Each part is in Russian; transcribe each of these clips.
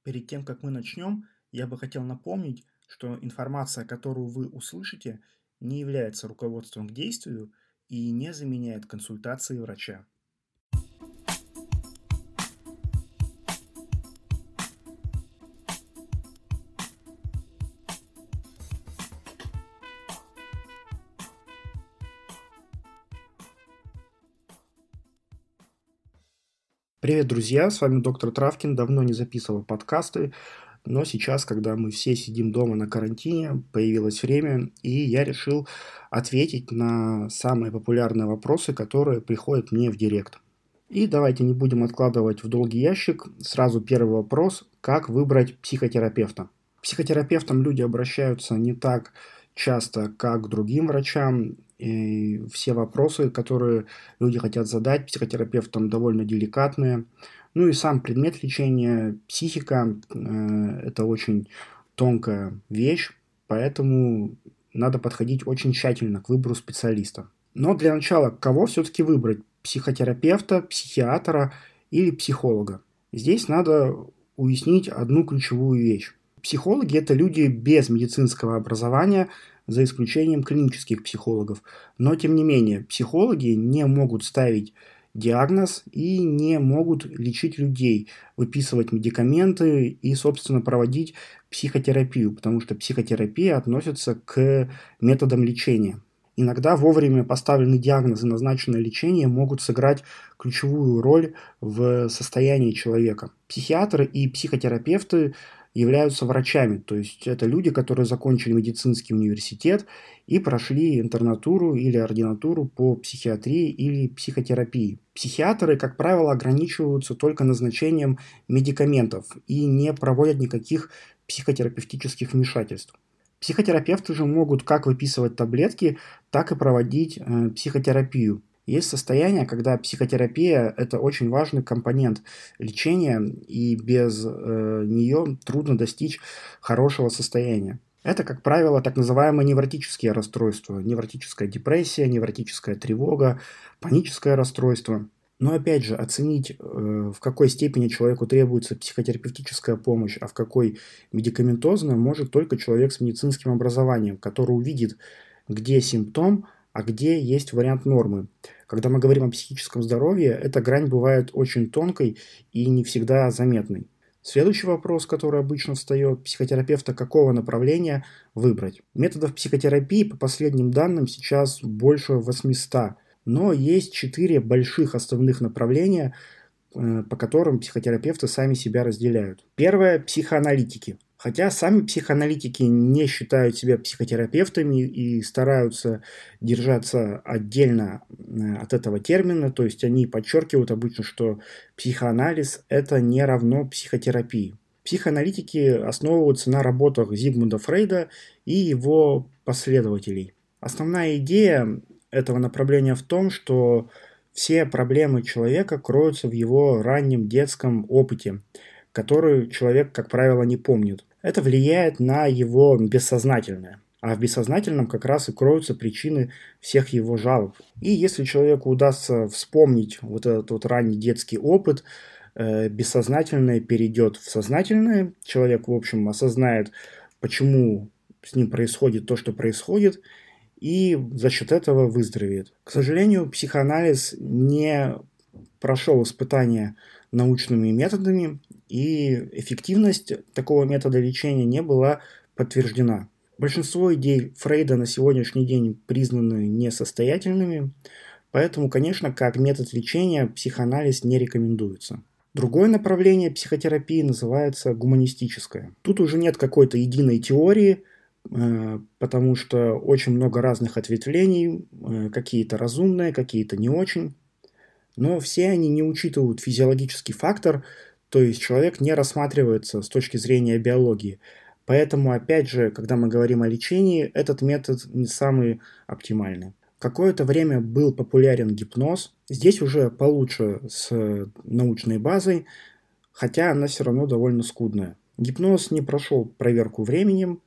Перед тем, как мы начнем, я бы хотел напомнить, что информация, которую вы услышите, не является руководством к действию и не заменяет консультации врача. Привет, друзья! С вами доктор Травкин. Давно не записывал подкасты, но сейчас, когда мы все сидим дома на карантине, появилось время, и я решил ответить на самые популярные вопросы, которые приходят мне в директ. И давайте не будем откладывать в долгий ящик. Сразу первый вопрос: как выбрать психотерапевта? К психотерапевтам люди обращаются не так часто, как к другим врачам. И все вопросы, которые люди хотят задать психотерапевтам, довольно деликатные. Ну и сам предмет лечения, психика, это очень тонкая вещь, поэтому надо подходить очень тщательно к выбору специалиста. Но для начала, кого все-таки выбрать? Психотерапевта, психиатра или психолога? Здесь надо уяснить одну ключевую вещь. Психологи – это люди без медицинского образования, за исключением клинических психологов. Но, тем не менее, психологи не могут ставить диагноз и не могут лечить людей, выписывать медикаменты и, собственно, проводить психотерапию, потому что психотерапия относится к методам лечения. Иногда вовремя поставленный диагноз и назначенное лечение могут сыграть ключевую роль в состоянии человека. Психиатры и психотерапевты являются врачами, то есть это люди, которые закончили медицинский университет и прошли интернатуру или ординатуру по психиатрии или психотерапии. Психиатры, как правило, ограничиваются только назначением медикаментов и не проводят никаких психотерапевтических вмешательств. Психотерапевты же могут как выписывать таблетки, так и проводить психотерапию. Есть состояние, когда психотерапия – это очень важный компонент лечения, и без нее трудно достичь хорошего состояния. Это, как правило, так называемые невротические расстройства, невротическая депрессия, невротическая тревога, паническое расстройство. Но опять же, оценить, в какой степени человеку требуется психотерапевтическая помощь, а в какой медикаментозная, может только человек с медицинским образованием, который увидит, где симптом, а где есть вариант нормы. Когда мы говорим о психическом здоровье, эта грань бывает очень тонкой и не всегда заметной. Следующий вопрос, который обычно встает: психотерапевта какого направления выбрать? Методов психотерапии, по последним данным, сейчас больше 800. Но есть 4 больших основных направления, по которым психотерапевты сами себя разделяют. Первое – психоаналитики. Хотя сами психоаналитики не считают себя психотерапевтами и стараются держаться отдельно от этого термина, то есть они подчеркивают обычно, что психоанализ – это не равно психотерапии. Психоаналитики основываются на работах Зигмунда Фрейда и его последователей. Основная идея этого направления в том, что все проблемы человека кроются в его раннем детском опыте, который человек, как правило, не помнит. Это влияет на его бессознательное. А в бессознательном как раз и кроются причины всех его жалоб. И если человеку удастся вспомнить вот этот вот ранний детский опыт, бессознательное перейдет в сознательное, человек, в общем, осознает, почему с ним происходит то, что происходит, и за счет этого выздоровеет. К сожалению, психоанализ не прошел испытания научными методами, и эффективность такого метода лечения не была подтверждена. Большинство идей Фрейда на сегодняшний день признаны несостоятельными, поэтому, конечно, как метод лечения психоанализ не рекомендуется. Другое направление психотерапии называется гуманистическое. Тут уже нет какой-то единой теории, потому что очень много разных ответвлений, какие-то разумные, какие-то не очень. Но все они не учитывают физиологический фактор, то есть человек не рассматривается с точки зрения биологии. Поэтому, опять же, когда мы говорим о лечении, этот метод не самый оптимальный. Какое-то время был популярен гипноз. Здесь уже получше с научной базой, хотя она все равно довольно скудная. Гипноз не прошел проверку временем,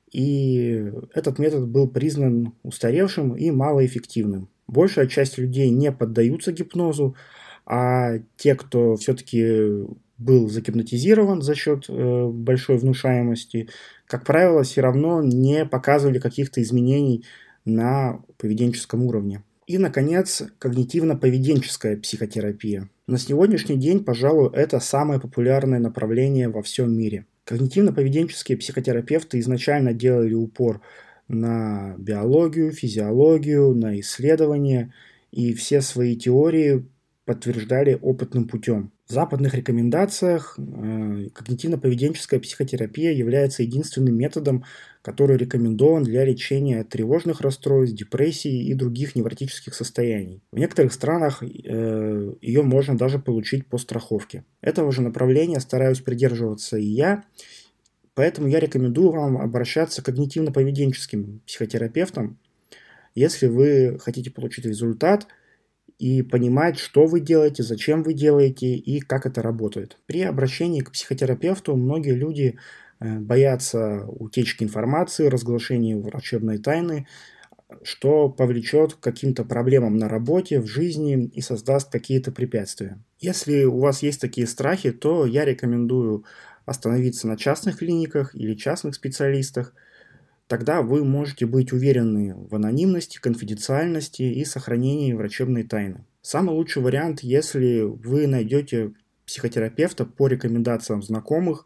и этот метод был признан устаревшим и малоэффективным. Большая часть людей не поддаются гипнозу, а те, кто все-таки был загипнотизирован за счет большой внушаемости, как правило, все равно не показывали каких-то изменений на поведенческом уровне. И, наконец, когнитивно-поведенческая психотерапия. На сегодняшний день, пожалуй, это самое популярное направление во всем мире. Когнитивно-поведенческие психотерапевты изначально делали упор на биологию, физиологию, на исследования, и все свои теории подтверждали опытным путем. В западных рекомендациях когнитивно-поведенческая психотерапия является единственным методом, который рекомендован для лечения тревожных расстройств, депрессии и других невротических состояний. В некоторых странах ее можно даже получить по страховке. Этого же направления стараюсь придерживаться и я, поэтому я рекомендую вам обращаться к когнитивно-поведенческим психотерапевтам, если вы хотите получить результат и понимать, что вы делаете, зачем вы делаете и как это работает. При обращении к психотерапевту многие люди боятся утечки информации, разглашения врачебной тайны, что повлечет к каким-то проблемам на работе, в жизни и создаст какие-то препятствия. Если у вас есть такие страхи, то я рекомендую остановиться на частных клиниках или частных специалистах. Тогда вы можете быть уверены в анонимности, конфиденциальности и сохранении врачебной тайны. Самый лучший вариант, если вы найдете психотерапевта по рекомендациям знакомых,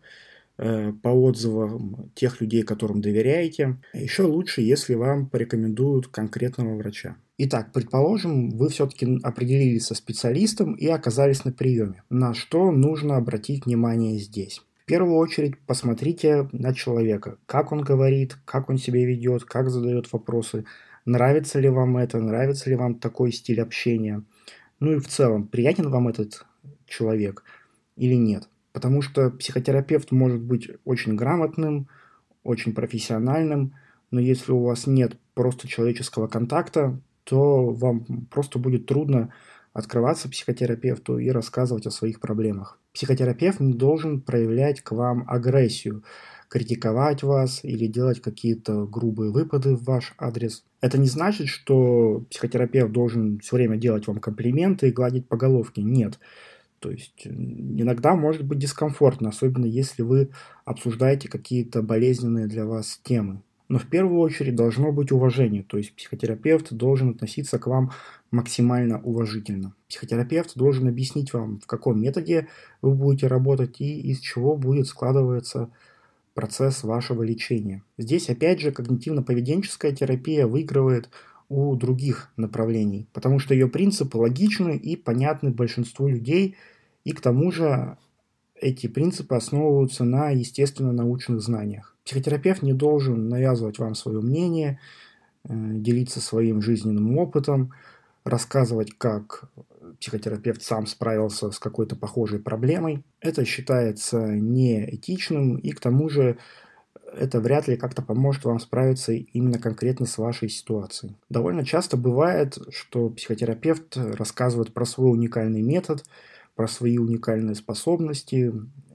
по отзывам тех людей, которым доверяете. Еще лучше, если вам порекомендуют конкретного врача. Итак, предположим, вы все-таки определились со специалистом и оказались на приеме. На что нужно обратить внимание здесь? В первую очередь посмотрите на человека, как он говорит, как он себя ведет, как задает вопросы, нравится ли вам это, нравится ли вам такой стиль общения. Ну и в целом, приятен вам этот человек или нет. Потому что психотерапевт может быть очень грамотным, очень профессиональным, но если у вас нет просто человеческого контакта, то вам просто будет трудно открываться психотерапевту и рассказывать о своих проблемах. Психотерапевт не должен проявлять к вам агрессию, критиковать вас или делать какие-то грубые выпады в ваш адрес. Это не значит, что психотерапевт должен все время делать вам комплименты и гладить по головке. Нет. То есть иногда может быть дискомфортно, особенно если вы обсуждаете какие-то болезненные для вас темы. Но в первую очередь должно быть уважение, то есть психотерапевт должен относиться к вам максимально уважительно. Психотерапевт должен объяснить вам, в каком методе вы будете работать и из чего будет складываться процесс вашего лечения. Здесь опять же когнитивно-поведенческая терапия выигрывает у других направлений, потому что ее принципы логичны и понятны большинству людей, и к тому же эти принципы основываются на естественно-научных знаниях. Психотерапевт не должен навязывать вам свое мнение, делиться своим жизненным опытом, рассказывать, как психотерапевт сам справился с какой-то похожей проблемой. Это считается неэтичным, и к тому же это вряд ли как-то поможет вам справиться именно конкретно с вашей ситуацией. Довольно часто бывает, что психотерапевт рассказывает про свой уникальный метод, про свои уникальные способности,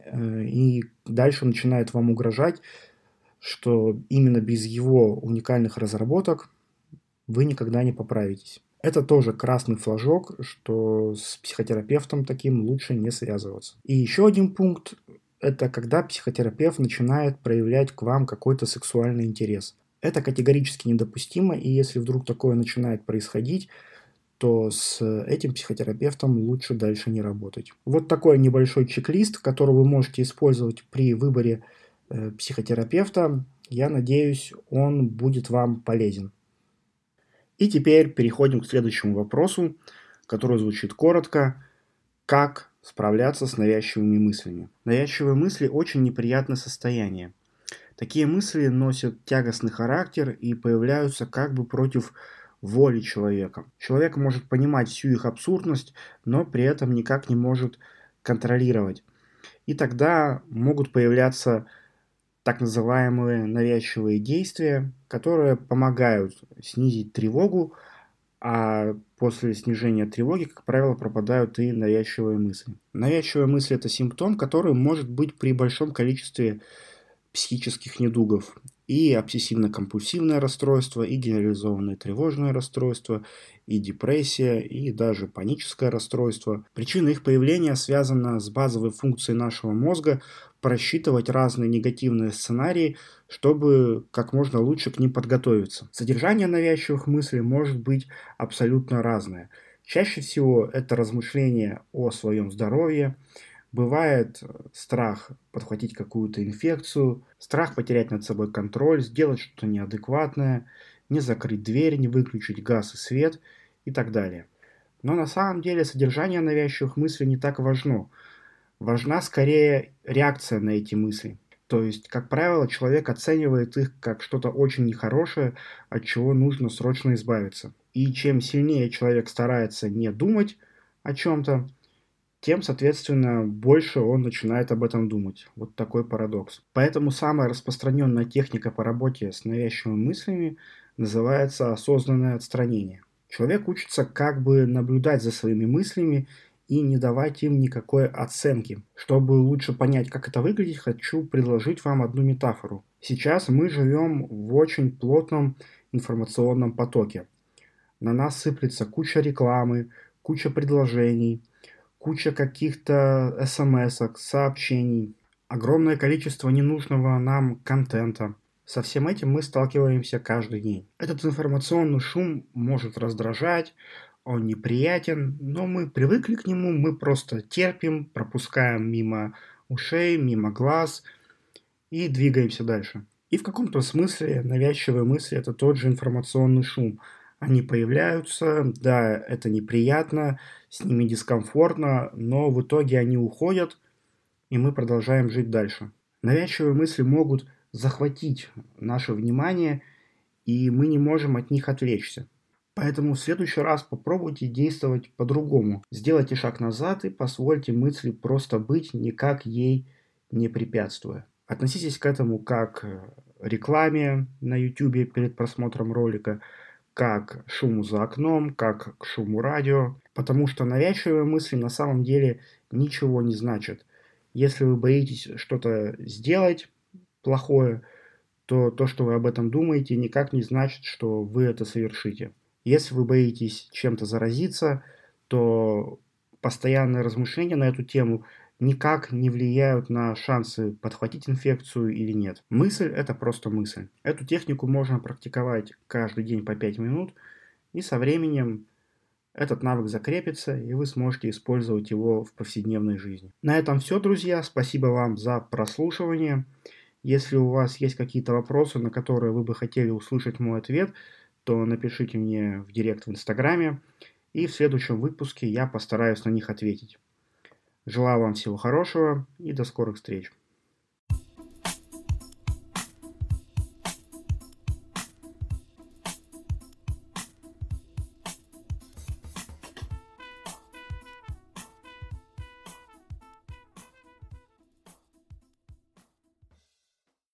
и дальше начинает вам угрожать, что именно без его уникальных разработок вы никогда не поправитесь. Это тоже красный флажок, что с психотерапевтом таким лучше не связываться. И еще один пункт – это когда психотерапевт начинает проявлять к вам какой-то сексуальный интерес. Это категорически недопустимо, и если вдруг такое начинает происходить, то с этим психотерапевтом лучше дальше не работать. Вот такой небольшой чек-лист, который вы можете использовать при выборе психотерапевта. Я надеюсь, он будет вам полезен. И теперь переходим к следующему вопросу, который звучит коротко. Как справляться с навязчивыми мыслями? Навязчивые мысли – очень неприятное состояние. Такие мысли носят тягостный характер и появляются как бы против воли человека. Человек может понимать всю их абсурдность, но при этом никак не может контролировать. И тогда могут появляться так называемые навязчивые действия, которые помогают снизить тревогу, а после снижения тревоги, как правило, пропадают и навязчивые мысли. Навязчивые мысли – это симптом, который может быть при большом количестве психических недугов. И обсессивно-компульсивное расстройство, и генерализованное тревожное расстройство, и депрессия, и даже паническое расстройство. Причина их появления связана с базовой функцией нашего мозга просчитывать разные негативные сценарии, чтобы как можно лучше к ним подготовиться. Содержание навязчивых мыслей может быть абсолютно разное. Чаще всего это размышления о своем здоровье. Бывает страх подхватить какую-то инфекцию, страх потерять над собой контроль, сделать что-то неадекватное, не закрыть дверь, не выключить газ и свет и так далее. Но на самом деле содержание навязчивых мыслей не так важно. Важна скорее реакция на эти мысли. То есть, как правило, человек оценивает их как что-то очень нехорошее, от чего нужно срочно избавиться. И чем сильнее человек старается не думать о чем-то, тем, соответственно, больше он начинает об этом думать. Вот такой парадокс. Поэтому самая распространенная техника по работе с навязчивыми мыслями называется осознанное отстранение. Человек учится как бы наблюдать за своими мыслями и не давать им никакой оценки. Чтобы лучше понять, как это выглядит, хочу предложить вам одну метафору. Сейчас мы живем в очень плотном информационном потоке. На нас сыплется куча рекламы, куча предложений, куча каких-то смс-ок, сообщений, огромное количество ненужного нам контента. Со всем этим мы сталкиваемся каждый день. Этот информационный шум может раздражать, он неприятен, но мы привыкли к нему, мы просто терпим, пропускаем мимо ушей, мимо глаз и двигаемся дальше. И в каком-то смысле навязчивые мысли – это тот же информационный шум. Они появляются, да, это неприятно, с ними дискомфортно, но в итоге они уходят, и мы продолжаем жить дальше. Навязчивые мысли могут захватить наше внимание, и мы не можем от них отвлечься. Поэтому в следующий раз попробуйте действовать по-другому. Сделайте шаг назад и позвольте мысли просто быть, никак ей не препятствуя. Относитесь к этому как к рекламе на YouTube перед просмотром ролика, как к шуму за окном, как к шуму радио, потому что навязчивые мысли на самом деле ничего не значат. Если вы боитесь что-то сделать плохое, то то, что вы об этом думаете, никак не значит, что вы это совершите. Если вы боитесь чем-то заразиться, то постоянные размышления на эту тему никак не влияют на шансы подхватить инфекцию или нет. Мысль – это просто мысль. Эту технику можно практиковать каждый день по 5 минут, и со временем этот навык закрепится, и вы сможете использовать его в повседневной жизни. На этом все, друзья. Спасибо вам за прослушивание. Если у вас есть какие-то вопросы, на которые вы бы хотели услышать мой ответ, то напишите мне в директ в Инстаграме, и в следующем выпуске я постараюсь на них ответить. Желаю вам всего хорошего и до скорых встреч.